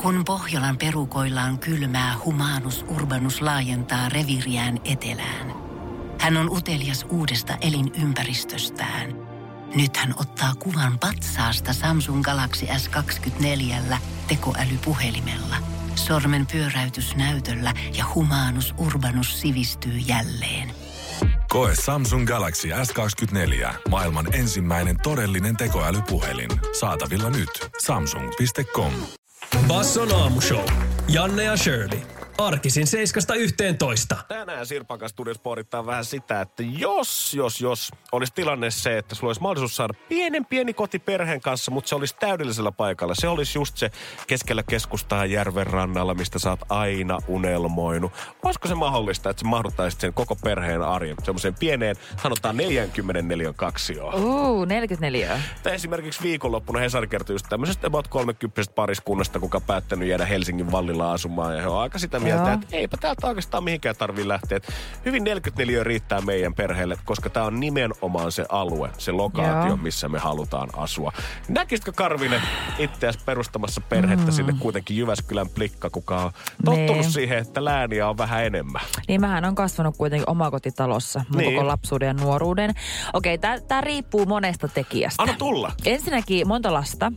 Kun Pohjolan perukoillaan kylmää, Humanus Urbanus laajentaa reviiriään etelään. Hän on utelias uudesta elinympäristöstään. Nyt hän ottaa kuvan patsaasta Samsung Galaxy S24 tekoälypuhelimella. Sormen pyöräytys näytöllä ja Humanus Urbanus sivistyy jälleen. Koe Samsung Galaxy S24. Maailman ensimmäinen todellinen tekoälypuhelin. Saatavilla nyt. Samsung.com. Basson aamushow. Janne ja Shirley. Arkisin 7–11. Tänään Sirpan kanssa studios pohditaan vähän sitä, että jos olisi tilanne se, että sulla olisi mahdollisuus saada pieni koti perheen kanssa, mutta se olisi täydellisellä paikalla. Se olisi just se keskellä keskustaa järven rannalla, mistä sä oot aina unelmoinut. Olisiko se mahdollista, että sä mahduttaisit sen koko perheen arjen semmoiseen pieneen, sanotaan 44 kaksioon? 44. Tai esimerkiksi viikonloppuna Hesari kertoi just tämmöisestä about 30 pariskunnasta, kuka on päättänyt jäädä Helsingin Vallilla asumaan. Ja he on aika sitä mieltä, että eipä täältä oikeastaan mihinkään tarvii lähteä. Että hyvin 44 riittää meidän perheelle, koska tämä on nimenomaan se alue, se lokaatio, missä me halutaan asua. Näkisitkö Karvinen itseäsi perustamassa perhettä sinne kuitenkin Jyväskylän Plikka, kuka on tottunut siihen, että lääniä on vähän enemmän? Niin mähän on kasvanut kuitenkin omakotitalossa koko lapsuuden ja nuoruuden. Okei, tää riippuu monesta tekijästä. Anna tulla. Ensinnäkin monta lasta.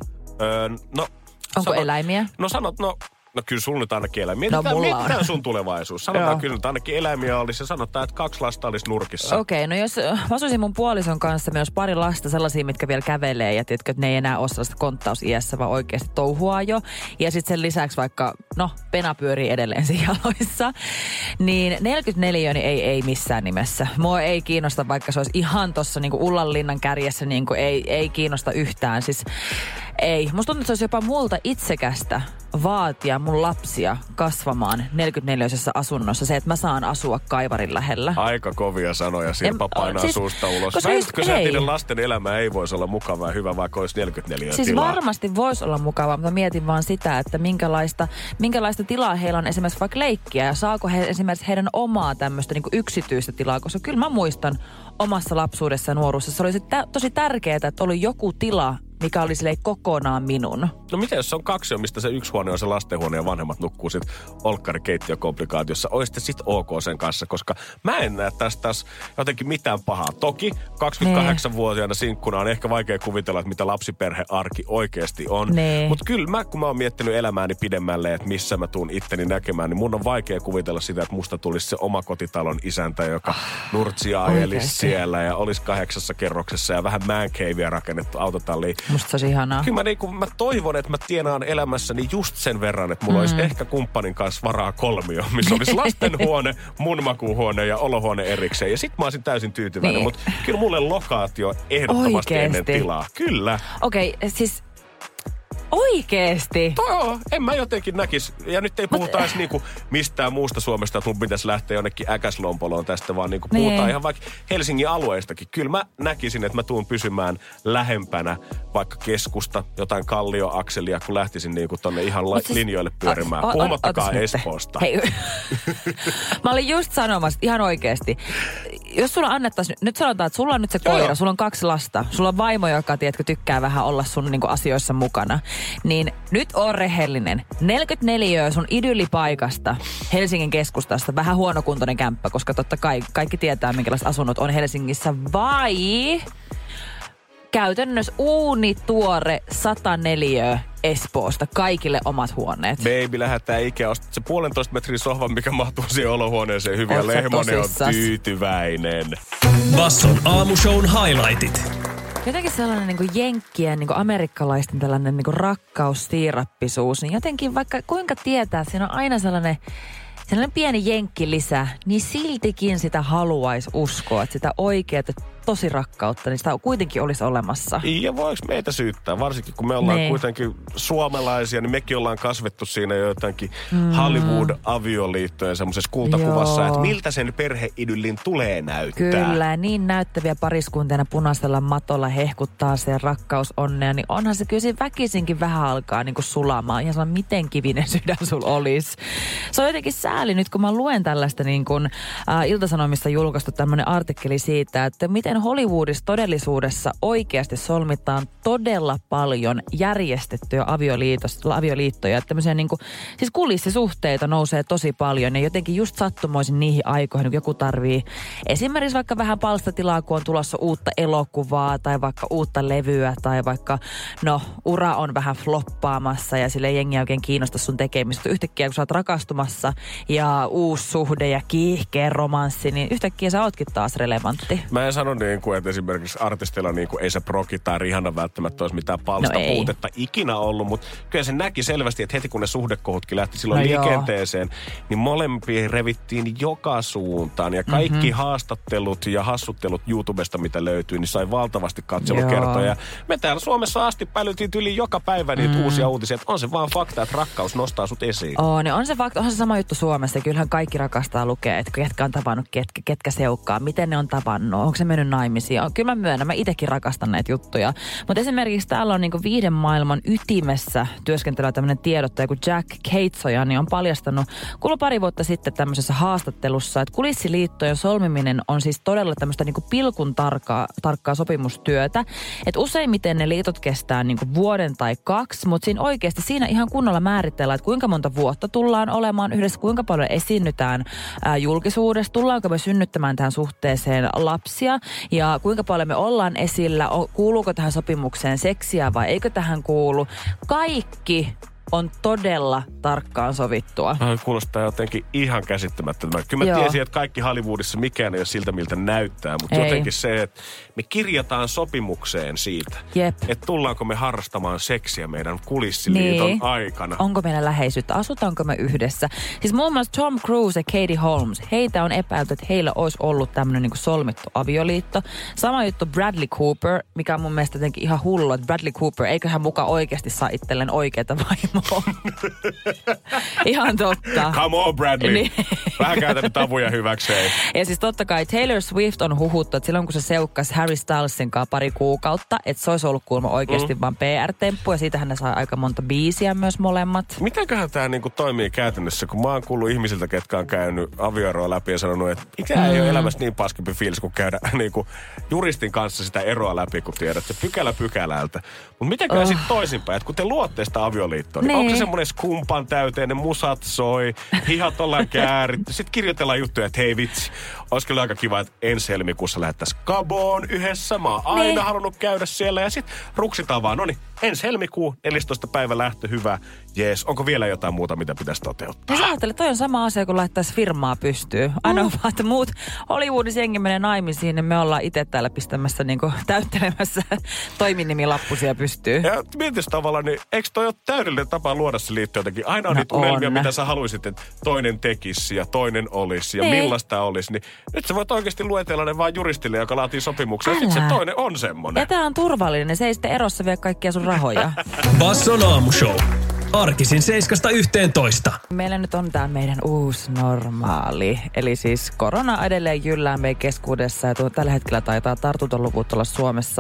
Onko eläimiä? No kyllä sulla nyt ainakin eläimiä. Mietitään sun tulevaisuus. Sanotaan kyllä nyt ainakin eläimiä olisi ja sanotaan, että 2 lasta olisi nurkissa. Okei, no jos mä asuisin mun puolison kanssa, meillä olisi pari lasta sellaisia, mitkä vielä kävelee ja tiedätkö, että ne ei enää ole sellaista konttausiässä, vaan oikeasti touhua jo. Ja sitten sen lisäksi vaikka, pena pyörii edelleen siinä jaloissa. Niin 44 niin ei missään nimessä. Mua ei kiinnosta, vaikka se olisi ihan tuossa niinku Ullanlinnan kärjessä, niinku ei kiinnosta yhtään. Siis ei. Musta tuntuu, että se olisi jopa multa itsekästä vaatia mun lapsia kasvamaan 44-sessä asunnossa. Se, että mä saan asua Kaivarin lähellä. Aika kovia sanoja. Sirpa painaa suusta ulos. Väitätkö sä, että niiden lasten elämä ei voisi olla mukavaa ja hyvä, vaikka olisi 44 siis tilaa? Siis varmasti voisi olla mukavaa, mutta mietin vaan sitä, että minkälaista tilaa heillä on esimerkiksi vaikka leikkiä. Ja saako he esimerkiksi heidän omaa tämmöistä niin kuin yksityistä tilaa. Koska kyllä mä muistan omassa lapsuudessa ja nuoruudessa. Se oli tosi tärkeää, että oli joku tila, mikä oli silleen kokonaan minun. No miten jos on 2, mistä se 1 huone on se lastenhuone ja vanhemmat nukkuu sit olkkari-keittiökomplikaatiossa? Oisitte sit ok sen kanssa, koska mä en näe tästä taas jotenkin mitään pahaa. Toki 28-vuotiaana sinkkuna on ehkä vaikea kuvitella, että mitä lapsiperhearki oikeasti on. Mutta kyllä kun mä oon miettinyt elämääni pidemmälle, että missä mä tuun itteni näkemään, niin mun on vaikea kuvitella sitä, että musta tulisi se oma kotitalon isäntä, joka nurtsia ajelisi siellä ja olisi 8 kerroksessa ja vähän man cavea rakennettu autotalliin. Musta se olisi ihanaa. Kyllä mä toivon, että mä tienaan elämässäni just sen verran, että mulla olisi ehkä kumppanin kanssa varaa 3, missä olisi lastenhuone, mun makuuhuone ja olohuone erikseen. Ja sit mä olisin täysin tyytyväinen, mutta kyllä mulle lokaatio ehdottomasti ennen tilaa. Kyllä. Okei, siis oikeesti? En mä jotenkin näkisi. Ja nyt ei puhuta edes niinku mistään muusta Suomesta, että mun pitäisi lähteä jonnekin Äkäslompoloon tästä, vaan niinku puhutaan ihan vaikka Helsingin alueistakin. Kyllä mä näkisin, että mä tuun pysymään lähempänä vaikka keskusta, jotain Kallio-akselia, kun lähtisin niinku tonne ihan linjoille pyörimään. Puhumattakaan Espoosta. Hei. Mä olin just sanomassa, ihan oikeesti. Jos sulla annettaisiin, nyt sanotaan, että sulla on nyt se koira, sulla on 2 lasta, sulla on vaimo, joka tiedätkö, tykkää vähän olla sun niinku asioissa mukana, niin nyt on rehellinen. 44 sun idyllipaikasta Helsingin keskustasta, vähän huonokuntoinen kämppä, koska totta kai kaikki tietää, minkälaiset asunnot on Helsingissä, vai käytännössä uunituore 104 Espoosta, kaikille omat huoneet. Baby, lähdetään Ikea, ostat se 1,5 metrin sohvan, mikä mahtuu siihen olohuoneeseen hyvin, ja Lehmonen on tyytyväinen. Basson aamushown highlightit. Jotenkin sellainen niin kuin jenkkien, niin kuin amerikkalaisten tällainen niin kuin rakkaussiirappisuus, niin jotenkin vaikka kuinka tietää, että siinä on aina sellainen pieni jenkki lisä, niin siltikin sitä haluaisi uskoa, että sitä oikeaa tosi rakkautta, niin sitä kuitenkin olisi olemassa. Ja voiko meitä syyttää? Varsinkin kun me ollaan kuitenkin suomalaisia, niin mekin ollaan kasvettu siinä jotenkin Hollywood-avioliittojen semmoisessa kultakuvassa, että miltä sen perheidyllin tulee näyttää. Kyllä, niin näyttäviä pariskuntina punaisella matolla hehkuttaa se rakkausonnea, niin onhan se kyllä siinä väkisinkin vähän alkaa niin kuin sulamaan. Ihan sellainen, miten kivinen sydän sulla olisi. Se on jotenkin sääli nyt, kun mä luen tällaista niin kuin Ilta-Sanomissa julkaistu tämmöinen artikkeli siitä, että miten miten Hollywoodissa todellisuudessa oikeasti solmitaan todella paljon järjestettyjä avioliittoja. Tämmöisiä niinku, siis kulissisuhteita nousee tosi paljon ja jotenkin just sattumoisin niihin aikoihin, kun joku tarvii esimerkiksi vaikka vähän palstatilaa, kun on tulossa uutta elokuvaa tai vaikka uutta levyä tai vaikka, ura on vähän floppaamassa ja sille jengi oikein kiinnosta sun tekemistä. Yhtäkkiä kun sä oot rakastumassa ja uusi suhde ja kiihkeä romanssi, niin yhtäkkiä sä ootkin taas relevantti. Mä en sano niin kuin, että esimerkiksi artisteilla niin kuin ei se Broki tai Rihanna välttämättä olisi mitään palstapuutetta ikinä ollut, mutta kyllä se näki selvästi, että heti kun ne suhdekohutkin lähti silloin liikenteeseen, niin molempia revittiin joka suuntaan ja kaikki haastattelut ja hassuttelut YouTubesta, mitä löytyy, niin sai valtavasti katselukertoja. Me täällä Suomessa asti pälytiin yli joka päivä niitä uusia uutisia, että on se vaan fakta, että rakkaus nostaa sut esiin. On se fakta, on se sama juttu Suomessa. Kyllähän kaikki rakastaa lukea, että ketkä on tavannut, ketkä seukkaa, miten ne on tavannut, onko se mennyt naimisiin. Kyllä mä myönnän, mä itsekin rakastan näitä juttuja. Mutta esimerkiksi täällä on niinku viiden maailman ytimessä työskentelevä tämmöinen tiedottaja kuin Jack Keitsoja, niin on paljastanut pari vuotta sitten tämmöisessä haastattelussa, että kulissiliittojen solmiminen on siis todella tämmöistä niinku pilkun tarkkaa sopimustyötä. Että useimmiten ne liitot kestää niinku vuoden tai 2, mutta siinä ihan kunnolla määritellään, että kuinka monta vuotta tullaan olemaan yhdessä, kuinka paljon esiinnytään julkisuudessa, tullaanko me synnyttämään tähän suhteeseen lapsia ja kuinka paljon me ollaan esillä, kuuluuko tähän sopimukseen seksiä vai eikö tähän kuulu. Kaikki on todella tarkkaan sovittua. Kuulostaa jotenkin ihan käsittämättömältä. Kyllä mä tiesin, että kaikki Hollywoodissa mikään ei ole siltä, miltä näyttää, mutta jotenkin se, että me kirjataan sopimukseen siitä, että tullaanko me harrastamaan seksiä meidän kulissiliiton aikana. Onko meillä läheisyyttä? Asutaanko me yhdessä? Siis muun muassa Tom Cruise ja Katie Holmes, heitä on epäilty, että heillä olisi ollut tämmöinen niin kuin solmittu avioliitto. Sama juttu Bradley Cooper, mikä on mun mielestä jotenkin ihan hullu, että Bradley Cooper, eiköhän muka oikeasti saa itselleen oikeita vaimoa. Ihan totta. Come on, Bradley. Niin. Vähän käytänyt tavuja hyväkseen. Ja siis totta kai Taylor Swift on huhuttu, että silloin kun se seukkasi Harry Stylesin kanssa pari kuukautta, että se olisi ollut kuulemma oikeasti vaan PR-temppu ja siitähän ne sai aika monta biisiä myös molemmat. Mitenköhän tämä niinku toimii käytännössä, kun mä oon kuullut ihmisiltä, ketkä on käynyt avioeroa läpi ja sanonut, että ikään ei ole elämässä niin paskempi fiilis, kun käydä niinku juristin kanssa sitä eroa läpi, kun tiedät, se pykälä pykälältä. Mutta mitenköhän sitten toisinpäin, että kun te luotte sitä avioliittoa, niin onko se semmoinen skumpan täyteinen, musat soi, hihat ollaan kääritty, sitten kirjoitellaan juttuja, että hei vitsi, olisi kyllä aika kiva, että ensi helmikuussa lähdettäisiin Gaboon yhdessä. Mä oon aina halunnut käydä siellä ja sitten ruksitaan vaan, no niin, ensi helmikuu, 14. päivä lähtö, hyvä. Jees, onko vielä jotain muuta, mitä pitäisi toteuttaa? Ja sä ajattelet, toi on sama asia, kun laittaisi firmaa pystyyn. Aina vaan, että muut Hollywoodissa jengi menee naimisiin, niin me ollaan itse täällä pistämässä, niinku, täyttelemässä toiminimilappusia pystyyn. Ja mietis tavallaan, niin eikö toi ole täydellinen tapa luoda se liitto jotenkin? Aina on niitä unelmia, mitä sä haluisit, että toinen tekisi ja toinen olisi ja millaista olisi. Niin nyt sä voit oikeasti luetella ne vaan juristille, joka laatii sopimuksen. Ja sitten se toinen on semmonen. Ja tää on turvallinen. Se ei sitten erossa vie kaikkia sun rahoja. Basson aamushow. Arkisin 7–11. Meillä nyt on tää meidän uusi normaali. Eli siis korona edelleen jyllää meidän keskuudessa. Ja tällä hetkellä taitaa tartuntaluvut olla Suomessa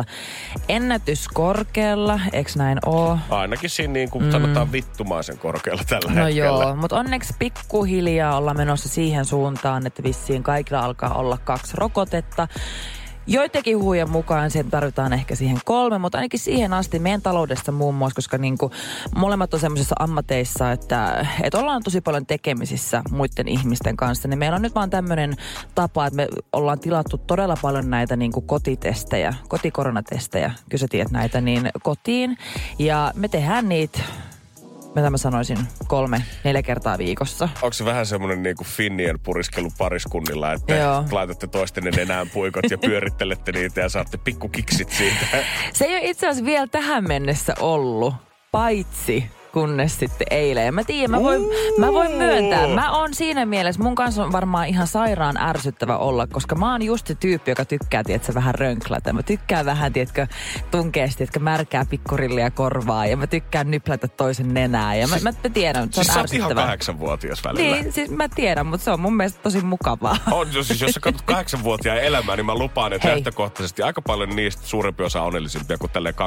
ennätyskorkealla. Eiks näin oo? Ainakin siinä niin kuin sanotaan vittumaisen korkealla tällä hetkellä. No joo, mutta onneksi pikkuhiljaa ollaan menossa siihen suuntaan, että vissiin kaikilla alkaa olla 2 rokotetta. Joitakin huhujen mukaan siihen tarvitaan ehkä siihen 3, mutta ainakin siihen asti meidän taloudessa muun muassa, koska niinku molemmat on semmoisissa ammateissa, että ollaan tosi paljon tekemisissä muiden ihmisten kanssa, niin meillä on nyt vaan tämmöinen tapa, että me ollaan tilattu todella paljon näitä niinku kotitestejä, kotikoronatestejä, kyllä sä tiedät näitä, niin kotiin. Ja me tehdään niitä, mitä mä sanoisin, 3-4 kertaa viikossa. Onko se vähän semmoinen niinku finnien puriskelu pariskunnilla, että laitatte toistenne nenään puikot ja pyörittelette niitä ja saatte pikkukiksit siitä? Se ei ole itse asiassa vielä tähän mennessä ollut, paitsi kunnes sitten eilen. Mä tiedän, mä voin myöntää. Mä oon siinä mielessä, mun kanssa on varmaan ihan sairaan ärsyttävä olla, koska mä oon just se tyyppi, joka tykkää, tiedätkö, vähän rönklätä. Mä tykkään vähän, tiedätkö, tunkeasti, tiedätkö, märkää pikkurillia korvaa ja mä tykkään nyplätä toisen nenää. Ja mä tiedän, se on siis ärsyttävää. Sä oot ihan 8-vuotias välillä. Niin, siis mä tiedän, mutta se on mun mielestä tosi mukavaa. On, siis jos sä katsot 8-vuotiaan elämää, niin mä lupaan, että lähtökohtaisesti aika paljon niistä suurempi osa onnellisimpia kuin tälleen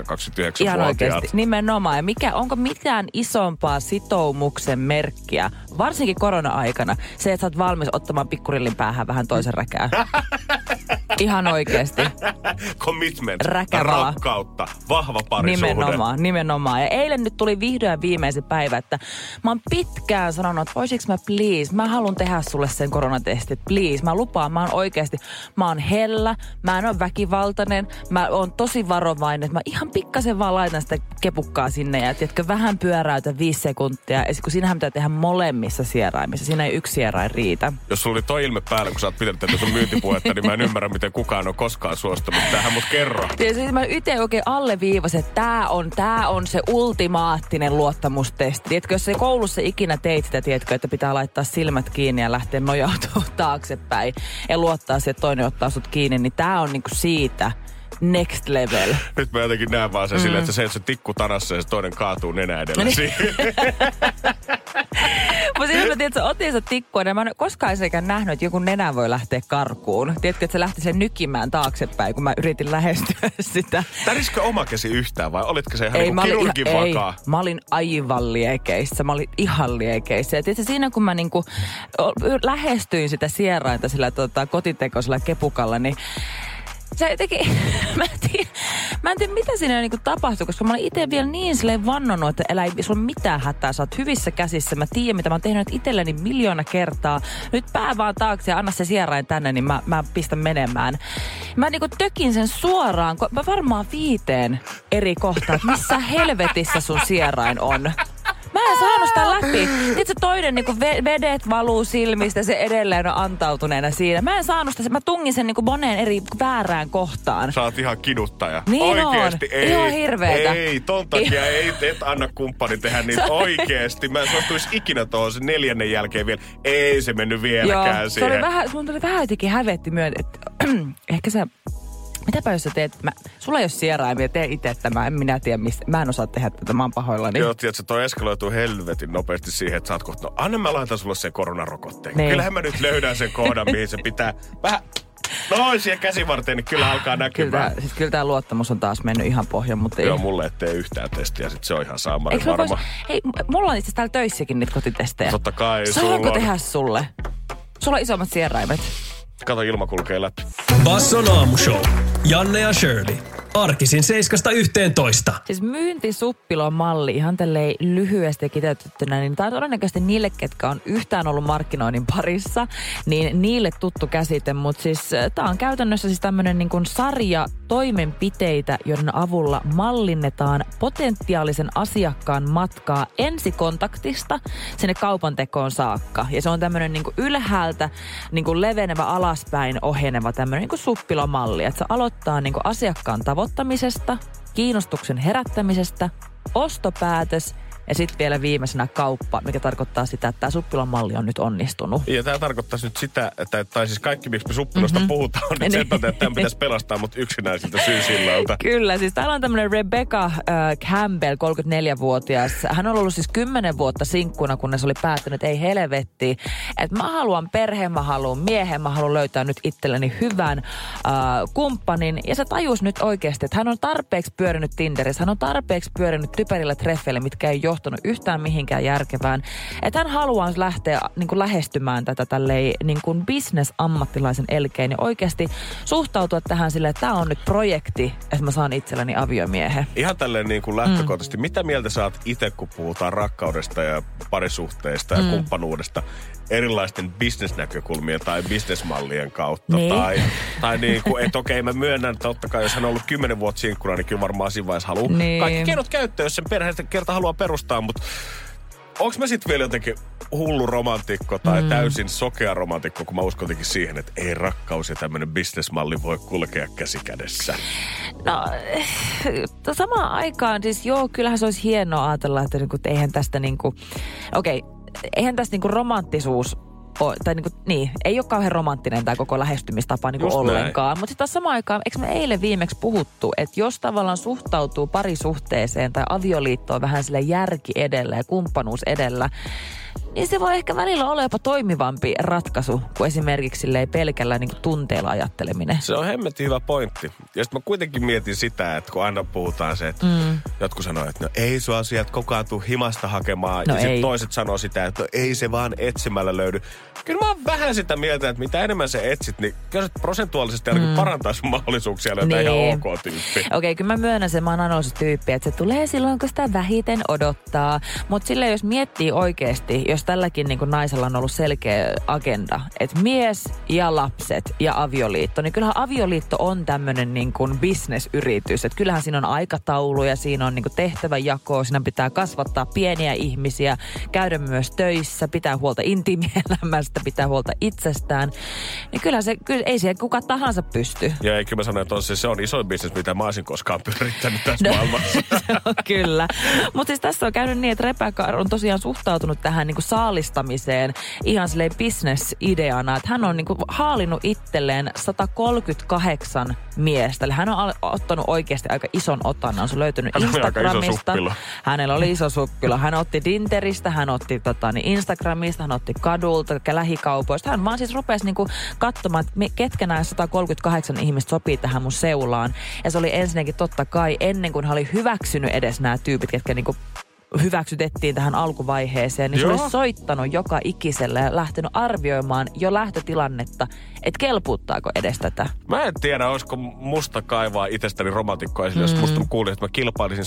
28-29-vuotiaat. Ihan oikeasti, nimenomaan. Ja onko mitään isompaa sitoumuksen merkkiä varsinkin korona-aikana, se, että sä oot valmis ottamaan pikkurillin päähän vähän toisen räkää. Ihan oikeesti. Commitment, Räkävala. rakkautta, vahva parisuhde. Nimenomaan. Ja eilen nyt tuli vihdoin viimeisen päivä, että mä oon pitkään sanonut, että voisiko mä please, mä haluan tehdä sulle sen koronatestit, please. Mä lupaan, mä oon oikeesti, mä oon hellä, mä en oo väkivaltainen, mä oon tosi varovainen, että mä ihan pikkasen vaan laitan sitä kepukkaa sinne ja tiedätkö, vähän pyöräytä 5 sekuntia. Ja kun siinähän pitää tehdä molemmissa sieraimissa, siinä ei yksi sierain riitä. Jos sulla oli toi ilme päällä, kun sä oot pitänyt tätä sun myyntipuhetta, niin mä en ymmärrä, miten kukaan on koskaan suostunut tähän, mut kerro. Ja siis mä itse oikein alleviivasin, että tää on se ultimaattinen luottamustesti. Tiedätkö, jos ei koulussa ikinä teit sitä, tiedätkö, että pitää laittaa silmät kiinni ja lähteä nojautumaan taaksepäin ja luottaa siihen, että toinen ottaa sut kiinni, niin tää on niinku siitä next level. Nyt mä jotenkin näen vaan sen silleen, että se tikku tarassa ja se toinen kaatuu nenä edellä siihen. Mutta siinä mä tiedän, että otin sitä tikkua, ja mä en koskaan sekään nähnyt, että joku nenä voi lähteä karkuun. Tiedätkö, että se lähti sen nykimään taaksepäin, kun mä yritin lähestyä sitä. Tärisikö oma käsi yhtään vai olitko se ihan niin kuin kirurgin vakaa? Ei, mä olin aivan liekeissä. Mä olin ihan liekeissä. Ja tiedätkö, siinä kun mä niinku lähestyin sitä sierainta sillä kotitekoisella kepukalla, niin se jotenkin, mä en tiedä mitä siinä niinku tapahtui, koska mä olin itse vielä niin silleen vannonut, että älä ei sulla mitään hätää, sä oot hyvissä käsissä. Mä tiedän, mitä mä oon tehnyt itselleni 1,000,000 kertaa. Nyt pää vaan taakse ja anna se sierain tänne, niin mä pistän menemään. Mä niinku tökin sen suoraan, mä varmaan 5 eri kohtaa, että missä helvetissä sun sierain on. Mä en saanut sitä läpi. Sitten se toinen niinku vedet valuu silmistä, se edelleen on antautuneena siinä. Mä en saanut sitä, mä tungin sen niinku moneen eri väärään kohtaan. Sä oot ihan kiduttaja. Niin oikeesti, on. Ei, ihan hirveetä. Ei, ton takia et anna kumppani tehdä niin oikeesti. Mä en suostuisi ikinä tuohon sen 4. jälkeen vielä. Ei se mennyt vieläkään joo, siihen. Mun tuli vähän jotenkin hävetti myötä, että ehkä sä... Mitäpä jos sä teet, sulla ei ole sieraimia, tee itse tämä, en minä tiedä mistä, mä en osaa tehdä tätä, mä oon pahoillani. Joo, tiedätkö, toi eskaloituu helvetin nopeasti siihen, että sä oot kohta, no anna mä laitan sulle sen koronarokotteen. Niin. Kyllähän mä nyt löydän sen kohdan, mihin se pitää vähän, siihen käsivarteen, niin kyllä alkaa näkymään. Kyllä tää luottamus on taas mennyt ihan pohjan, mutta ei. Joo, mulle ettei yhtään testiä, sit se on ihan saamainen varma. Hei, mulla on itse täällä töissäkin niitä kotitestejä. Totta kai, saanko tehdä sulle? Sulla on isommat sieraimet. Kato, ilma kulkee läpi. Basson aamushow. Janne ja Shirley. Arkisin 7–11. Siis myyntisuppilon malli ihan tälleen lyhyesti kiteytettynä, niin tämä on todennäköisesti niille, ketkä on yhtään ollut markkinoinnin parissa, niin niille tuttu käsite, mutta siis tämä on käytännössä siis tämmöinen niin kuin sarja toimenpiteitä, joiden avulla mallinnetaan potentiaalisen asiakkaan matkaa ensikontaktista sinne kaupantekoon saakka. Ja se on tämmöinen niin kuin ylhäältä niin kuin levenevä alaspäin oheneva tämmöinen niin kuin suppilomalli, että se aloittaa niin kuin asiakkaan tavoittamisesta, kiinnostuksen herättämisestä, ostopäätös ja sitten vielä viimeisenä kauppa, mikä tarkoittaa sitä, että tämä suppilon malli on nyt onnistunut. Ja tämä tarkoittaa nyt sitä, että tai siis kaikki, miksi me suppilosta puhutaan, on nyt sen takia, että tämän pitäisi pelastaa mut yksinäisiltä syysillalta. Kyllä, siis täällä on tämmöinen Rebecca Campbell, 34-vuotias. Hän on ollut siis 10 vuotta sinkkuna, kunnes oli päättänyt, ei helvetti, että mä haluan perheen, mä haluan miehen, mä haluan löytää nyt itselleni hyvän kumppanin. Ja se tajus nyt oikeasti, että hän on tarpeeksi pyörinyt Tinderissä, hän on tarpeeksi pyörinyt typerillä treffeillä, mitkä ei johtanut yhtään mihinkään järkevään. Että hän haluaa lähteä niin kuin lähestymään tätä tälleen niin kuin business-ammattilaisen elkein ja oikeasti suhtautua tähän silleen, että tämä on nyt projekti, että mä saan itselleni aviomiehen. Ihan tälleen niin kuin lähtökohtaisesti. Mitä mieltä sä oot itse, kun puhutaan rakkaudesta ja parisuhteista ja kumppanuudesta erilaisten bisnesnäkökulmien tai bisnesmallien kautta? Niin. Tai niin kuin, että okei, mä myönnän, että totta kai jos hän on ollut 10 vuotta sinkkuna, niin kyllä varmaan siinä vaiheessa haluaa kaikki keinot käyttöön, jos sen perheestä kerta haluaa perustaa, mutta onko mä sitten vielä jotenkin hullu romantikko tai täysin sokea romantikko, kun mä uskon jotenkin siihen, että ei rakkaus ja tämmöinen bisnesmalli voi kulkea käsi kädessä? No, samaan aikaan siis joo, kyllähän se olisi hienoa ajatella, että niinku, eihän tästä niinku, eihän tästä niinku romanttisuus tai niin, ei ole kauhean romanttinen tämä koko lähestymistapa ollenkaan. Mutta sitten samaan aikaan, eikö me eilen viimeksi puhuttu, että jos tavallaan suhtautuu parisuhteeseen tai avioliittoon vähän sille järki edellä ja kumppanuus edellä, niin se voi ehkä välillä olla jopa toimivampi ratkaisu kuin esimerkiksi silleen pelkällä niin kuin tunteella ajatteleminen. Se on hemmetin hyvä pointti. Ja sitten mä kuitenkin mietin sitä, että kun aina puhutaan se, että jotkut sanoo, että no ei sua sieltä koko ajan tuu himasta hakemaan. No ja sitten toiset sanoo sitä, että no ei se vaan etsimällä löydy. Kyllä mä oon vähän sitä mieltä, että mitä enemmän sä etsit, niin kyllä se prosentuaalisesti ainakin parantaa sun mahdollisuuksia löytää ihan ok-tyyppi. Okei, kyllä mä myönnän sen, mä oon aina ollut se tyyppi, että se tulee silloin, kun sitä vähiten odottaa. Mutta silleen, jos miettii oikeasti, jos tälläkin niin kuin naisella on ollut selkeä agenda, että mies ja lapset ja avioliitto, niin kyllähän avioliitto on tämmöinen niin kuin bisnesyritys. Että kyllähän siinä on aikatauluja, siinä on niin kuin tehtävänjakoa, siinä pitää kasvattaa pieniä ihmisiä, käydä myös töissä, pitää huolta intiimielämästä, pitää huolta itsestään. Niin kyllä ei siihen kuka tahansa pysty. Ja eikö mä sano, että se on isoin bisnes, mitä mä olisin koskaan pyrittänyt tässä maailmassa. Kyllä. Mutta siis tässä on käynyt niin, että Rebecca on tosiaan suhtautunut tähän niinku saalistamiseen ihan silleen business-ideana. Että hän on niinku haalinnut itselleen 138 miestä. Eli hän on ottanut oikeasti aika ison otannan. Se on löytynyt Instagramista. Hänellä oli iso sukkila. Hän otti Tinderistä, hän otti Instagramista, hän otti kadulta, lähikaupoista. Hän vaan siis rupesi niinku katsomaan, että ketkä nämä 138 ihmistä sopii tähän mun seulaan. Ja se oli ensinnäkin totta kai ennen kuin hän oli hyväksynyt edes nämä tyypit, ketkä niinku hyväksytettiin tähän alkuvaiheeseen, niin se oli soittanut joka ikiselle ja lähtenyt arvioimaan jo lähtötilannetta, että kelpuuttaako edes tätä. Mä en tiedä, olisiko musta kaivaa itsestäni romantikkoa esille, jos musta kuulin, että mä kilpailisin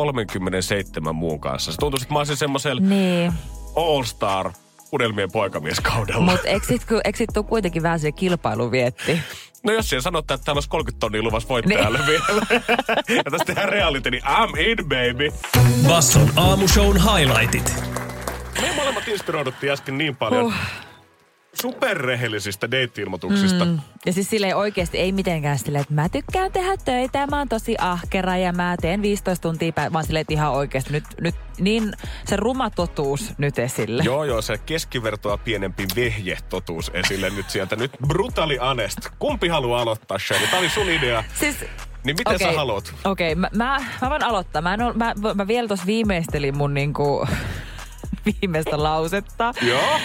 137 muun kanssa. Se tuntuisi, että mä olisin semmoisella all-star unelmien poikamieskaudella. Mutta eikö sit tuu kuitenkin vähän se kilpailuvietti? No jos siellä sanotaan, että täällä olisi 30 tonnia luvassa voittajalle vielä. Ja tästä tehdään reality, niin I'm in, baby. Basson aamushown highlightit. Me molemmat inspiroiduttiin äsken niin paljon superrehellisistä date-ilmoituksista. Ja siis silleen oikeasti ei mitenkään silleen, että mä tykkään tehdä töitä, mä oon tosi ahkera ja mä teen 15 tuntia vaan silleen, että ihan oikeasti nyt niin se ruma totuus nyt esille. Joo, se keskivertoa pienempi vehje-totuus esille nyt sieltä. Nyt brutali honest. Kumpi haluaa aloittaa, Shirley? Tää oli sun idea. Siis niin miten sä haluat? Okei, mä voin aloittaa. Mä vielä tuossa viimeistelin mun niinku viimeistä lausetta. Joo.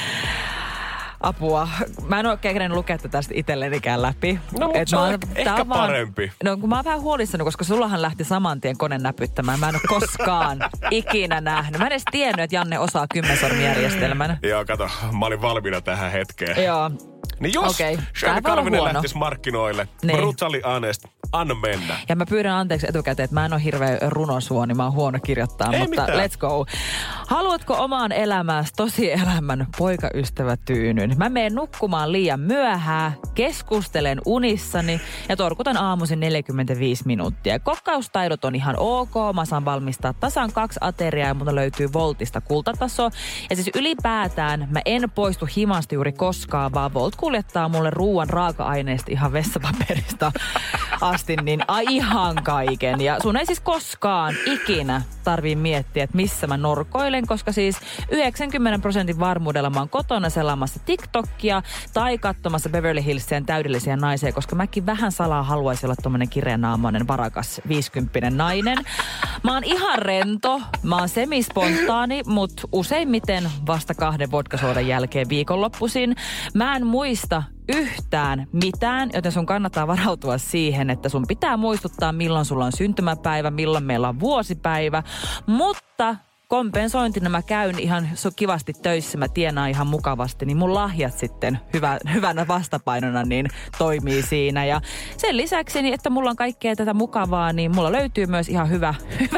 Apua. Mä en ole kerennyt lukea tästä itsellenikään läpi. No, mutta se on ehkä parempi. No, kun mä oon vähän huolissani, koska sullahan lähti saman tien kone näpyttämään. Mä en ole koskaan ikinä nähnyt. Mä en edes tiennyt, että Janne osaa 10-sormijärjestelmän. Joo, kato. Mä olin valmiina tähän hetkeen. Joo. Niin jos Shirley Karvinen lähtisi markkinoille, brutally honest, anna mennä. Ja mä pyydän anteeksi etukäteen, että mä en ole hirveä runosuoni, mä oon huono kirjoittaa, ei mutta mitään. Let's go. Haluatko omaan elämääsi tosielämän poikaystävätyynyn? Mä menen nukkumaan liian myöhään, keskustelen unissani ja torkutan aamuisin 45 minuuttia. Kokkaustaidot on ihan ok, mä saan valmistaa tasan 2 ateriaa ja multa löytyy Voltista kultataso. Ja siis ylipäätään mä en poistu himasta juuri koskaan, vaan Volt kuljettaa mulle ruuan raaka-aineista ihan vessapaperista asti, niin ihan kaiken. Ja sun ei siis koskaan ikinä tarvii miettiä, että missä mä norkoilen, koska siis 90% varmuudella mä oon kotona selaamassa TikTokia tai katsomassa Beverly Hillsien täydellisiä naisia, koska mäkin vähän salaa haluaisin olla tommonen kireenaamainen, varakas, 50 nainen. Mä oon ihan rento, mä oon semispontaani, mutta useimmiten vasta 2 vodkasoodan jälkeen viikonloppuisin. Mä en muista yhtään mitään, joten sun kannattaa varautua siihen, että sun pitää muistuttaa, milloin sulla on syntymäpäivä, milloin meillä on vuosipäivä, mutta kompensointina mä käyn ihan kivasti töissä, mä tienaan ihan mukavasti, niin mun lahjat sitten hyvänä vastapainona niin toimii siinä. Ja sen lisäksi, niin että mulla on kaikkea tätä mukavaa, niin mulla löytyy myös ihan hyvä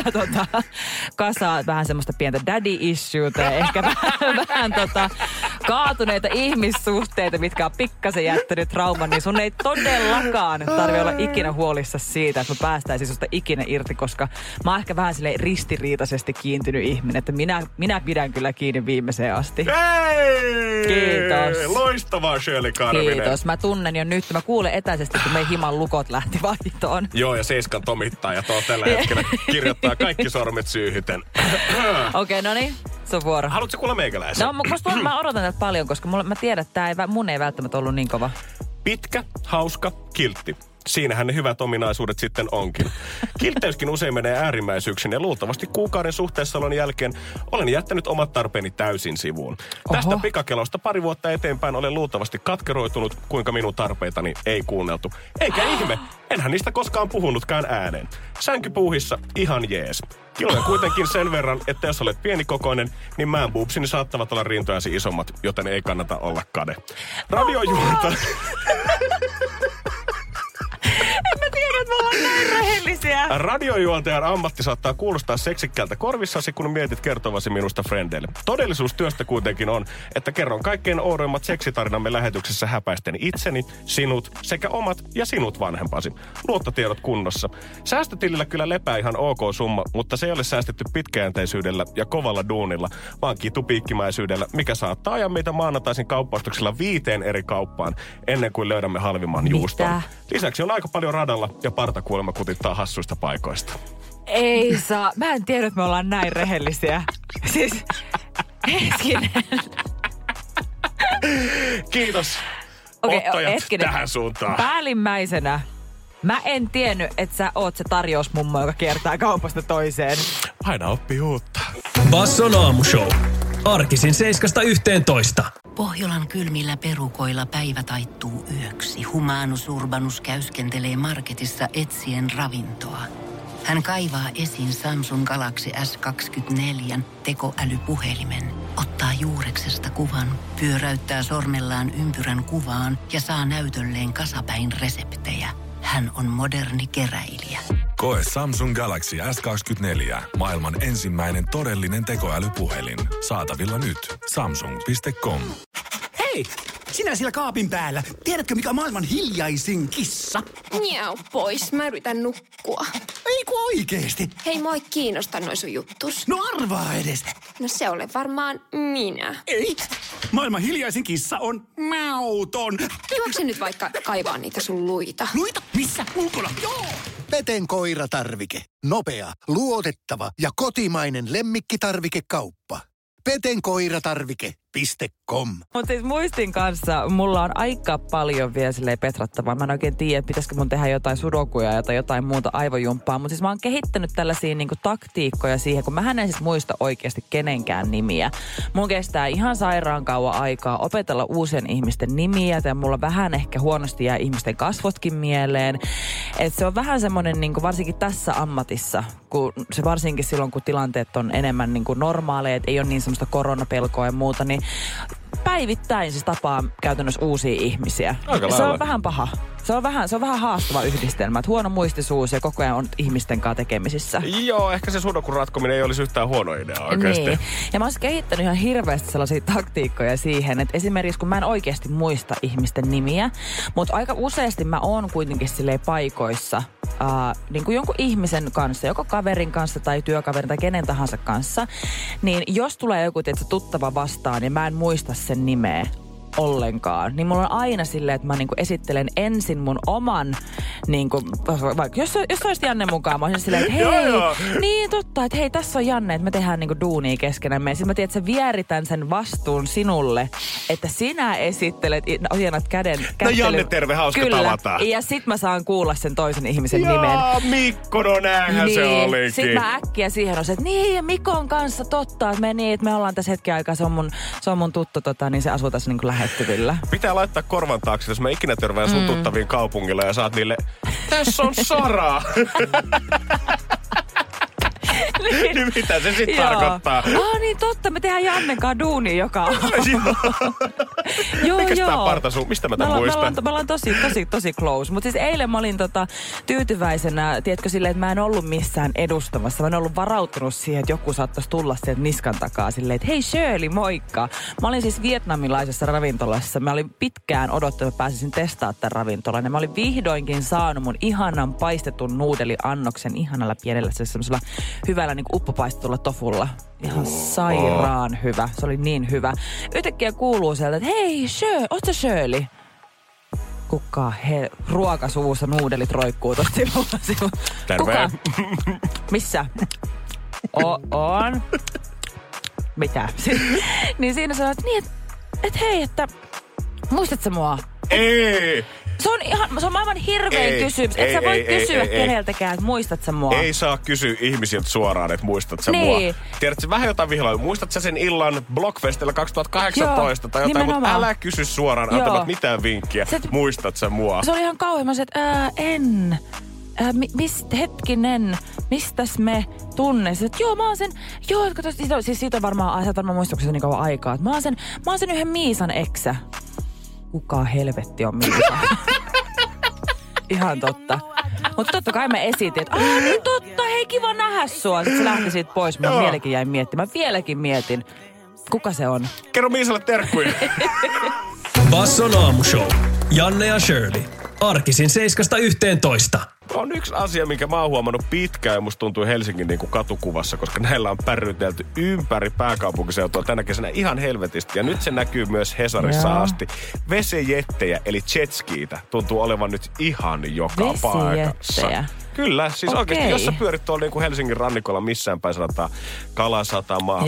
kasa, vähän semmoista pientä daddy-issueta ja ehkä vähän kaatuneita ihmissuhteita, mitkä on pikkasen jättänyt trauman, niin sun ei todellakaan tarvitse olla ikinä huolissa siitä, että mä päästäisin susta ikinä irti, koska mä oon ehkä vähän silleen ristiriitaisesti kiintynyt ihminen, että minä pidän kyllä kiinni viimeiseen asti. Hei! Kiitos. Loistavaa, Shirley Karvinen. Kiitos. Mä tunnen jo nyt. Mä kuulen etäisesti, kun meidän himan lukot lähti vaihtoon. Joo, ja Seiskan tomittaa ja tuo tällä hetkellä kirjoittaa kaikki sormet syyhyten. Okei, no niin. Se on vuoro. Haluatko kuulla meikäläisen? No, mä odotan tätä paljon, koska mä tiedän, että mun ei välttämättä ollut niin kova. Pitkä, hauska, kiltti. Siinähän ne hyvät ominaisuudet sitten onkin. Kiltteyskin usein menee äärimmäisyyksiin ja luultavasti kuukauden suhteessaolon jälkeen olen jättänyt omat tarpeeni täysin sivuun. Tästä pikakelosta pari vuotta eteenpäin olen luultavasti katkeroitunut, kuinka minun tarpeitani ei kuunneltu. Eikä ihme, enhän niistä koskaan puhunutkaan ääneen. Sänkypuuhissa ihan jees. Kiloja kuitenkin sen verran, että jos olet pienikokoinen, niin man boobsini saattavat olla rintojasi isommat, joten ei kannata olla kade. Radiojuonta... En mä tiedä, että me ollaan näin rehellisiä. Radiojuontajan ammatti saattaa kuulostaa seksikkäältä korvissasi, kun mietit kertovasi minusta frendeille. Todellisuus työstä kuitenkin on, että kerron kaikkein oudoimmat seksitarinamme lähetyksessä häpäisten itseni, sinut sekä omat ja sinut vanhempasi. Luottotiedot kunnossa. Säästötilillä kyllä lepää ihan ok summa, mutta se ei ole säästetty pitkäjänteisyydellä ja kovalla duunilla, vaan kitupiikkimäisyydellä, mikä saattaa ajaa meitä maanantaisin kauppaustuksella 5 eri kauppaan, ennen kuin löydämme halvimman juuston. Lisäksi on aika paljon radalla ja partakuolema kutittaa hassuista paikoista. Ei saa. Mä en tiedä, että me ollaan näin rehellisiä. Siis, hetkinen. Kiitos. Ottajat tähän suuntaan. Päällimmäisenä. Mä en tiennyt, että sä oot se tarjousmummo, joka kiertää kaupasta toiseen. Aina oppii uutta. Basson aamushow. Arkisin 7–11. Pohjolan kylmillä perukoilla päivä taittuu yöksi. Humanus Urbanus käyskentelee marketissa etsien ravintoa. Hän kaivaa esiin Samsung Galaxy S24 tekoälypuhelimen, ottaa juureksesta kuvan, pyöräyttää sormellaan ympyrän kuvaan ja saa näytölleen kasapäin reseptejä. Hän on moderni keräilijä. Koe Samsung Galaxy S24. Maailman ensimmäinen todellinen tekoälypuhelin. Saatavilla nyt. Samsung.com. Hei! Sinä siellä kaapin päällä. Tiedätkö, mikä on maailman hiljaisin kissa? Miau pois. Mä yritän nukkua. Eiku oikeesti? Hei, moi kiinnostaa noi sun juttus. No arvaa edes. No se ole varmaan minä. Ei. Maailman hiljaisin kissa on mauton. Juokse nyt vaikka kaivaa niitä sun luita. Luita? Missä? Ulkona? Joo! Peten koiratarvike. Nopea, luotettava ja kotimainen lemmikkitarvikekauppa. petenkoiratarvike.com. Mutta siis muistin kanssa, mulla on aika paljon vielä silleen petrattavaa. Mä en oikein tiedä, että pitäisikö mun tehdä jotain sudokuja tai jotain muuta aivojumppaa. Mutta siis mä oon kehittänyt tällaisia niinku taktiikkoja siihen, kun mähän en siis muista oikeasti kenenkään nimiä. Mun kestää ihan sairaan kauan aikaa opetella uusien ihmisten nimiä. Ja mulla vähän ehkä huonosti jää ihmisten kasvotkin mieleen. Et se on vähän semmoinen, niinku varsinkin tässä ammatissa, kun se varsinkin silloin, kun tilanteet on enemmän niinku normaaleja, että ei ole niin semmoista koronapelkoa ja muuta, niin päivittäin siis tapaa käytännössä uusia ihmisiä. Se on vähän paha. Se on vähän haastava yhdistelmä. Että huono muistisuus ja koko ajan on ihmisten kanssa tekemisissä. Joo, ehkä se sudokun ratkominen ei olisi yhtään huono idea oikeasti. Niin. Ja mä oon kehittänyt ihan hirveästi sellaisia taktiikkoja siihen, että esimerkiksi kun mä en oikeasti muista ihmisten nimiä, mutta aika useasti mä oon kuitenkin silleen paikoissa niin kuin jonkun ihmisen kanssa, joko kaverin kanssa tai työkaverin tai kenen tahansa kanssa, niin jos tulee joku tuttava vastaan ja mä en muista sen nimeä ollenkaan, niin mulla on aina silleen, että mä niinku esittelen ensin mun oman, niinku, vaikka jos olisit Janne mukaan, mä olisin silleen, että hei, niin totta, että hei, tässä on Janne, että me tehdään niinku duunia keskenämme. Ja sitten mä tiedän, että sä vieritän sen vastuun sinulle, että sinä esittelet, ojennat käden. No Janne, terve, hauska tavata. Ja sit mä saan kuulla sen toisen ihmisen nimen. Joo, Mikko, no näinhän se olikin. Sit mä äkkiä siihen on se, että niin, ja Mikon kanssa totta, että me ollaan tässä hetken aikaa, se on mun tuttu, niin se asuu tässä niinku lähettyvillä. Pitää laittaa korvan taakse, jos mä ikinä törvään sun tuttaviin kaupungilla ja saat niille, tässä on Sara. Niin mitä se sitten tarkoittaa? Niin totta, me tehdään Jannenkaan duunia joka aamu. Mikäs tää partasuu? Mistä mä tän muistan? Me ollaan tosi close. Mutta siis eilen mä olin tyytyväisenä, tiedätkö silleen, että mä en ollut missään edustamassa. Mä en ollut varautunut siihen, että joku saattaisi tulla sieltä niskan takaa silleen, että hei Shirley, moikka. Mä olin siis vietnamilaisessa ravintolassa. Mä olin pitkään odottanut, että pääsisin testaamaan tämän ravintolan. Ja mä olin vihdoinkin saanut mun ihanan paistetun nuudeliannoksen ihanalla pienellä semmoisella hyvällä niin kuin uppopaistetulla tofulla. Ihan sairaan hyvä. Se oli niin hyvä. Yhtäkkiä kuuluu sieltä, että hei, oot sä Shirley? Kuka ruokasuussa nuudelit roikkuu tosta sivulla. Terve. Kuka? Missä? On. Mitä? Niin siinä sanoit, niin, että hei, että muistatko mua? Ei! Se on maailman hirvein kysymys. Et sä voi kysyä keneltäkään, että muistat sä mua. Ei saa kysyä ihmisiltä suoraan, että muistat sä mua. Tiedätkö, vähän jotain vihloa. Muistat sä sen illan Blockfestillä 2018 tai jotain, mutta älä kysy suoraan, antamat mitään vinkkiä. Muistat sä mua? Se oli ihan kauhean, että en. Hetkinen, mistäs me tunnesit? Joo, mä oon sen, siis siitä on varmaan, sä varmaan muistuksesta niin kauan aikaa. Että mä oon sen yhden Miisan eksä. Kuka helvetti on Miisa? Ihan totta. Mutta totta kai mä esitin, että niin totta, hei kiva nähdä sua. Sitten se lähti siitä pois, mä vieläkin jäin miettimään. Mä vieläkin mietin, kuka se on. Kerro Miisalle terkkuja. Basson aamushow. Janne ja Shirley. Arkisin 7–11. On yksi asia, minkä mä oon huomannut pitkään ja musta tuntuu Helsingin niin kuin katukuvassa, koska näillä on pärrytelty ympäri pääkaupunkiseutua tänä kesänä ihan helvetisti. Ja nyt se näkyy myös Hesarissa asti. Vesijettejä eli jetskiitä tuntuu olevan nyt ihan joka paikassa. Kyllä, siis oikeasti, jos sä pyörit tuolla niin kuin Helsingin rannikolla missään päin, sanotaan Kalasatama,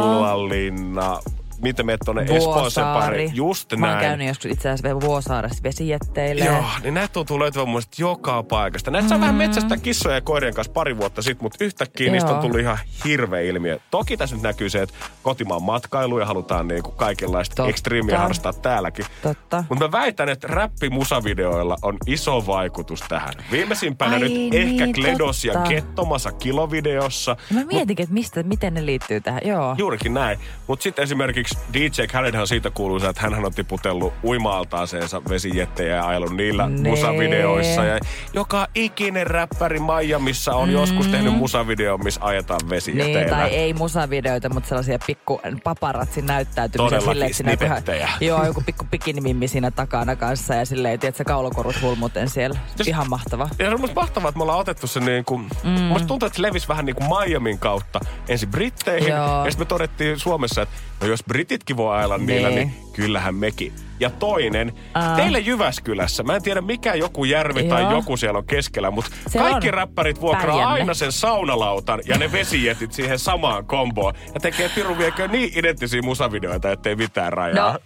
Ullanlinna, miten menet tuonne Espooseen pari. Just näin. Mä oon käynyt joskus itse asiassa Vuosaaressa vesijetteille. Joo, niin näitä tuntuu löytyvän mun mielestä joka paikasta. Näitä saa vähän metsästä kissoja ja koirien kanssa pari vuotta sitten, mutta yhtäkkiä niistä on tullut ihan hirveä ilmiö. Toki tässä nyt näkyy se, että kotimaan matkailu ja halutaan niinku kaikenlaista ekstriimiä harrastaa täälläkin. Totta. Mutta mä väitän, että räppimusavideoilla on iso vaikutus tähän. Viimeisimpänä nyt ehkä Kledos ja Kettomasa kilovideossa. Mä mietinkin, että miten ne liittyy tähän. Joo. Juurikin näin. Mutta sitten esimerkiksi DJ Khaledhan siitä kuuluu, että hänhän on tiputellut uima-altaaseensa vesijettejä ja ajellut niillä musavideoissa. Ja joka ikinen räppäri Miamiissa on joskus tehnyt musavideo, missä ajetaan vesijetteillä. Niin, tai ei musavideoita, mutta sellaisia pikku paparatsin näyttäytymisiä. Todellakin snipettejä. Joo, joku pikku bikinimimmi siinä takana kanssa ja silleen, tiedätkö, kaulakorut hulmuten siellä. Ihan mahtava. Ja se on musta mahtavaa, että me ollaan otettu se niin kuin, musta tuntuu, että se levisi vähän niin kuin Miamin kautta ensin Britteihin. Ja sitten me todettiin Suomessa, että no jos Brititkin voi ajella niillä, niin kyllähän mekin. Ja toinen, teille Jyväskylässä, mä en tiedä mikä joku järvi tai joku siellä on keskellä, mutta kaikki räppärit vuokraa aina sen saunalautan ja ne vesijetit siihen samaan komboon. Ja tekee pirun viekö niin identtisiä musavideoita, ettei mitään rajaa.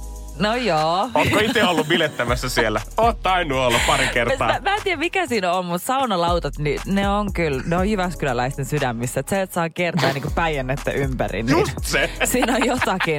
No joo. Onko itse ollut bilettämässä siellä? Oot tainnut olla pari kertaa. Mä en tiedä mikä siinä on, mutta saunalautat, niin ne on jyväskyläläisten sydämissä. Että sä et saa kertaa niin kuin Päijännettä ympäri. Niin just se. Siinä on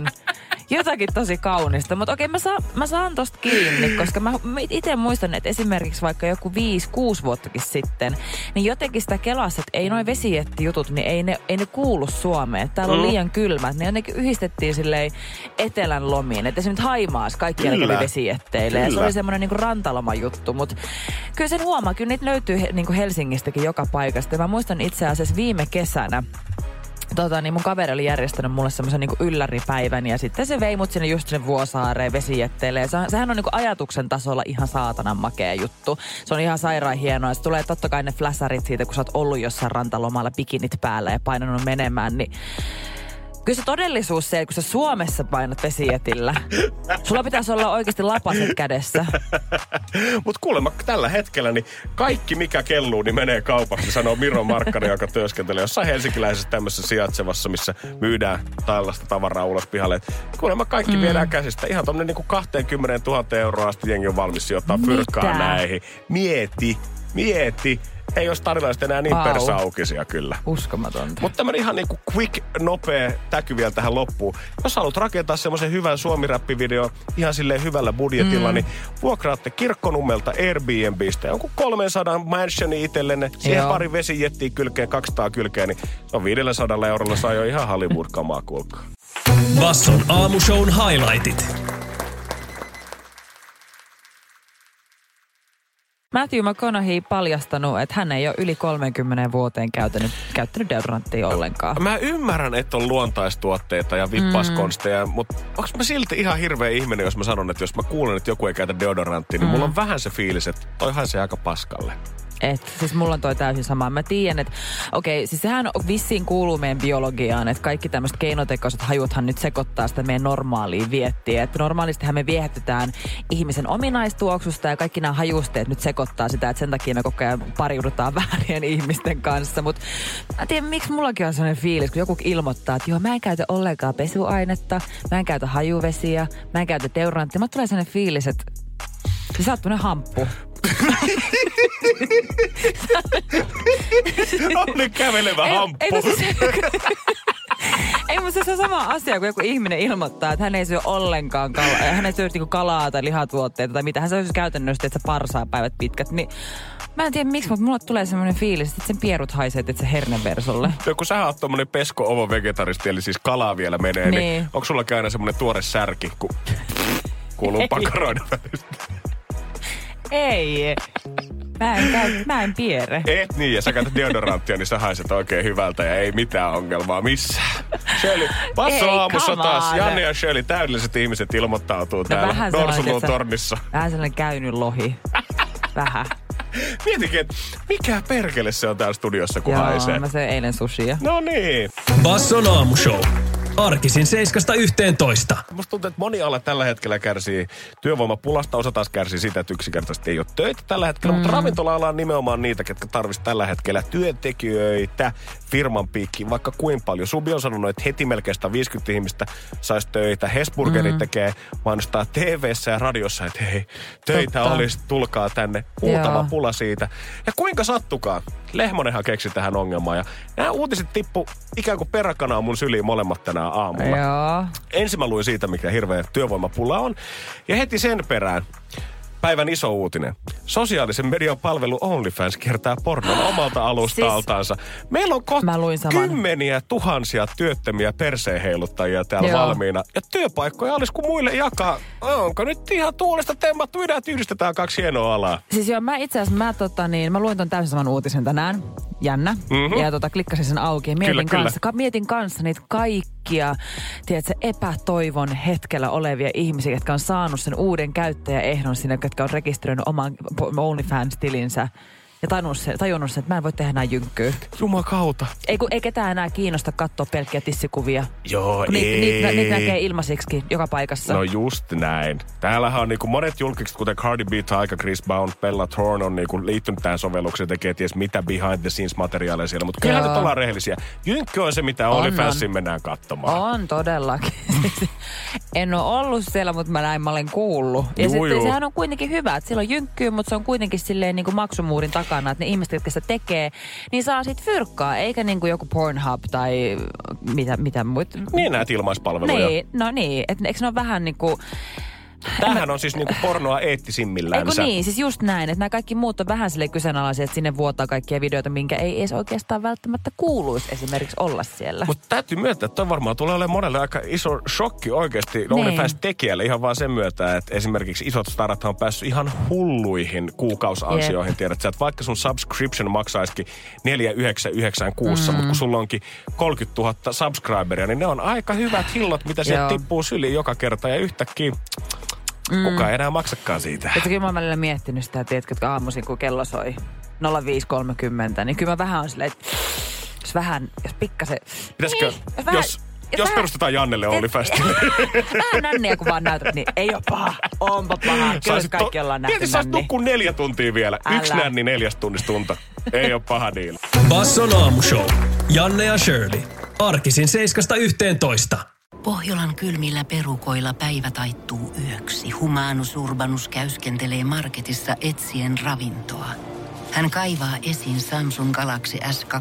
jotakin tosi kaunista. Mutta okei, mä saan tosta kiinni, koska mä itse muistan, että esimerkiksi vaikka joku 5-6 vuottakin sitten, niin jotenkin sitä kelassa, että ei noi vesijettijutut, niin ei ne kuulu Suomeen. Täällä on liian kylmä. Ne jotenkin yhdistettiin silleen etelän lomiin. Että esimerkiksi Haimaassa kaikki kävi vesijetteille. Ja se oli semmoinen niinku rantaloma-juttu. Mutta kyllä sen huomaa, kyllä niitä löytyy niinku Helsingistäkin joka paikasta. Ja mä muistan itse asiassa viime kesänä, niin mun kaveri oli järjestänyt mulle semmoisen niinku ylläripäivän ja sitten se vei mut sinne Vuosaareen vesijetteille. Ja sehän on niinku ajatuksen tasolla ihan saatanan makea juttu. Se on ihan sairaan hienoa. Se tulee totta kai ne flasharit siitä, kun sä oot ollut jossain rantalomalla bikinit päällä ja painanut menemään, niin kyllä se todellisuus se, kun sä Suomessa painat vesijetillä. Sulla pitäisi olla oikeasti lapaset kädessä. Mut kuulemma tällä hetkellä niin kaikki mikä kelluu, niin menee kaupaksi, sanoo Miro Markkanen, joka työskentelee jossain helsinkiläisessä tämmöisessä sijaitsevassa, missä myydään tällaista tavaraa ulos pihalle. Kuulemma kaikki viedään käsistä. Ihan tommonen niinku 20 000 euroa asti jengi on valmis sijoittaa fyrkkaa näihin. Mieti. Ei olisi tarinaiset enää niin persaukisia kyllä. Uskomatonta. Mutta tämmönen ihan niinku quick, nopea täky vielä tähän loppuun. Jos haluat rakentaa semmoisen hyvän suomi-räppivideon ihan silleen hyvällä budjetilla, niin vuokraatte Kirkkonummelta Airbnbistä jonkun 300 mansioni itsellenne. Siihen pari vesijettiä kylkeen, 200 kylkeen, niin se on 500 eurolla saa jo ihan Hollywood-kamaa, kuulkaa. Basson aamushown highlightit. Matthew McConaughey paljastanut, että hän ei ole yli 30 vuoteen käyttänyt deodoranttia ollenkaan. Mä ymmärrän, että on luontaistuotteita ja vippaskonsteja, mutta onko mä silti ihan hirveä ihminen, jos mä sanon, että jos mä kuulen, että joku ei käytä deodoranttia, niin mulla on vähän se fiilis, että toihan se aika paskalle. Siis mulla on toi täysin sama. Mä tiedän, että siis sehän vissiin kuuluu meidän biologiaan, että kaikki tämmöiset keinotekoiset hajuthan nyt sekoittaa sitä meidän normaalia viettiä. Että normaalistihan me viehätytään ihmisen ominaistuoksusta ja kaikki nämä hajusteet nyt sekoittaa sitä, että sen takia me koko ajan pariudutaan väärien ihmisten kanssa. Mutta mä tiedän, miksi mullakin on sellainen fiilis, kun joku ilmoittaa, että joo, mä en käytä ollenkaan pesuainetta, mä en käytä hajuvesiä, mä en käytä deodoranttia. Mä tulee sellainen fiilis, että Sä oot tämmönen hamppu. Oli kävelevä hamppu. Ei, mutta se on sama asia, kun joku ihminen ilmoittaa, että hän ei syö ollenkaan hän ei syö niinku kalaa tai lihatuotteita tai mitä. Hän syö käytännössä, että se parsaa päivät pitkät. Niin, mä en tiedä miksi, mutta mulle tulee semmoinen fiilis, että sen pierut haisee, että se herneversolle. No, kun sä oot tommonen pesko-ovo-vegetaristi, eli siis kalaa vielä menee, niin onko sulla aina semmoinen tuore särki, kun kuuluu pakaroida välistä? Ei. Mä en piere. Et niin, ja sä käytät deodoranttia, niin sä haiset oikein hyvältä ja ei mitään ongelmaa missään. Shirley, Basso aamussa taas. Janne ja Shirley, täydelliset ihmiset ilmoittautuu täällä Norsunluun tornissa. Vähän sellainen käynyt lohi. Vähän. Mietinkin, että mikä perkele se on täällä studiossa, kun haisee. Joo, mä söin eilen sushia. No niin. Basson aamushow. Arkisin 7–11. Musta tuntuu, että moni ala tällä hetkellä kärsii työvoimapulasta. Osa taas kärsii sitä, että yksinkertaisesti ei ole töitä tällä hetkellä. Mutta ravintola-ala on nimenomaan niitä, ketkä tarvitsisi tällä hetkellä työntekijöitä firman piikkiin. Vaikka kuin paljon. Subi on sanonut, että heti melkein 150 ihmistä saisi töitä. Hesburgeri tekee mainostaa TV:ssä ja radiossa, että hei, töitä olisi, tulkaa tänne. Huutava pula siitä. Ja kuinka sattukaan? Lehmonenhan keksi tähän ongelmaan. Ja nämä uutiset tippu ikään kuin peräkanaa mun syliin molemmat tänään aamulla. Joo. Ensin mä luin siitä, mikä hirveä työvoimapula on. Ja heti sen perään päivän iso uutinen. Sosiaalisen median palvelu OnlyFans kiertää pornon omalta alustaltaansa. Meillä on kymmeniä tuhansia työttömiä perseenheiluttajia täällä valmiina. Ja työpaikkoja olisi kuin muille jakaa. Onko nyt ihan tuulesta temmattu idea, että yhdistetään kaksi hienoa alaa? Siis joo, mä itse asiassa, mä luin ton täysin saman uutisen tänään. Jännä. Ja klikkasin sen auki ja mietin kanssa niitä kaikkia, tiedätkö, epätoivon hetkellä olevia ihmisiä, jotka on saanut sen uuden käyttäjäehdon sinne, jotka on rekisteröinyt oman OnlyFans-tilinsä. Ja tajunnut sen, että mä en voi tehdä näin jynkkyä. Jumakauta. Ei ketään enää kiinnosta katsoa pelkkiä tissikuvia. Joo, Niitä näkee ilmaisiksi joka paikassa. No just näin. Täällähän on niinku monet julkikset, kuten Cardi B, Tyga, Chris Brown, Bella Thorne on niinku liittynyt tähän sovellukseen, tekee ties mitä behind the scenes materiaaleja siellä. Mutta kyllä nyt ollaan rehellisiä. Jynkky on se, mitä OnlyFansiin mennään katsomaan. On todellakin. En ole ollut siellä, mutta mä olen kuullut. Ja sitten sehän on kuitenkin hyvä, että siellä on jynkkyä, mutta se on kuitenkin silleen niinku maksumuurin takana. Että ne ihmiset, jotka sitä tekee, niin saa siitä fyrkkaa, eikä niin kuin joku Pornhub tai mitä muut. Niin näet ilmaispalveluja. Niin, no niin. Eikö ne ole vähän niin kuin... Tämähän on siis niinku pornoa eettisimmillänsä. Eikö niin? Siis just näin, että nämä kaikki muut on vähän silleen kyseenalaisia, että sinne vuotaa kaikkia videoita, minkä ei edes oikeastaan välttämättä kuuluisi esimerkiksi olla siellä. Mutta täytyy myöntää, että toi varmaan tulee olemaan monelle aika iso shokki oikeasti OnlyFans-tekijälle ihan vaan sen myötä, että esimerkiksi isot starat on päässyt ihan hulluihin kuukausansioihin. Tiedät sä, että vaikka sun subscription maksaisikin 4,99 kuussa, mutta kun sulla onkin 30 000 subscriberia, niin ne on aika hyvät hillot, mitä sieltä tippuu syliin joka kerta ja yhtäkkiä... Kukaan ei enää maksakaan siitä. Että kyllä mä oon välillä miettinyt sitä, tiedätkö, että aamuisin kun kello soi 05.30, niin kyllä mä vähän on silleen, että jos pikkasen... Pitäisikö, jos perustetaan Jannelle OnlyFastille. Vähän nänniä kun vaan näytät, niin ei oo paha. Onpa paha. Kyllä kaikki ollaan nähty nänni. Saisit nukkua 4 tuntia vielä. Älä. 1 nänni 4 tunnista tunta. Ei oo paha deal. Basson aamushow. Janne ja Shirley. Arkisin 7–11. Pohjolan kylmillä perukoilla päivä taittuu yöksi. Humanus Urbanus käyskentelee marketissa etsien ravintoa. Hän kaivaa esiin Samsung Galaxy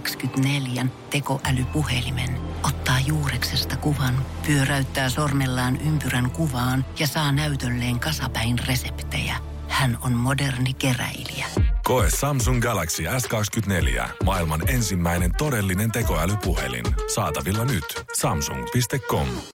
S24 tekoälypuhelimen, ottaa juureksesta kuvan, pyöräyttää sormellaan ympyrän kuvaan ja saa näytölleen kasapäin reseptejä. Hän on moderni keräilijä. Koe Samsung Galaxy S24. Maailman ensimmäinen todellinen tekoälypuhelin. Saatavilla nyt. Samsung.com.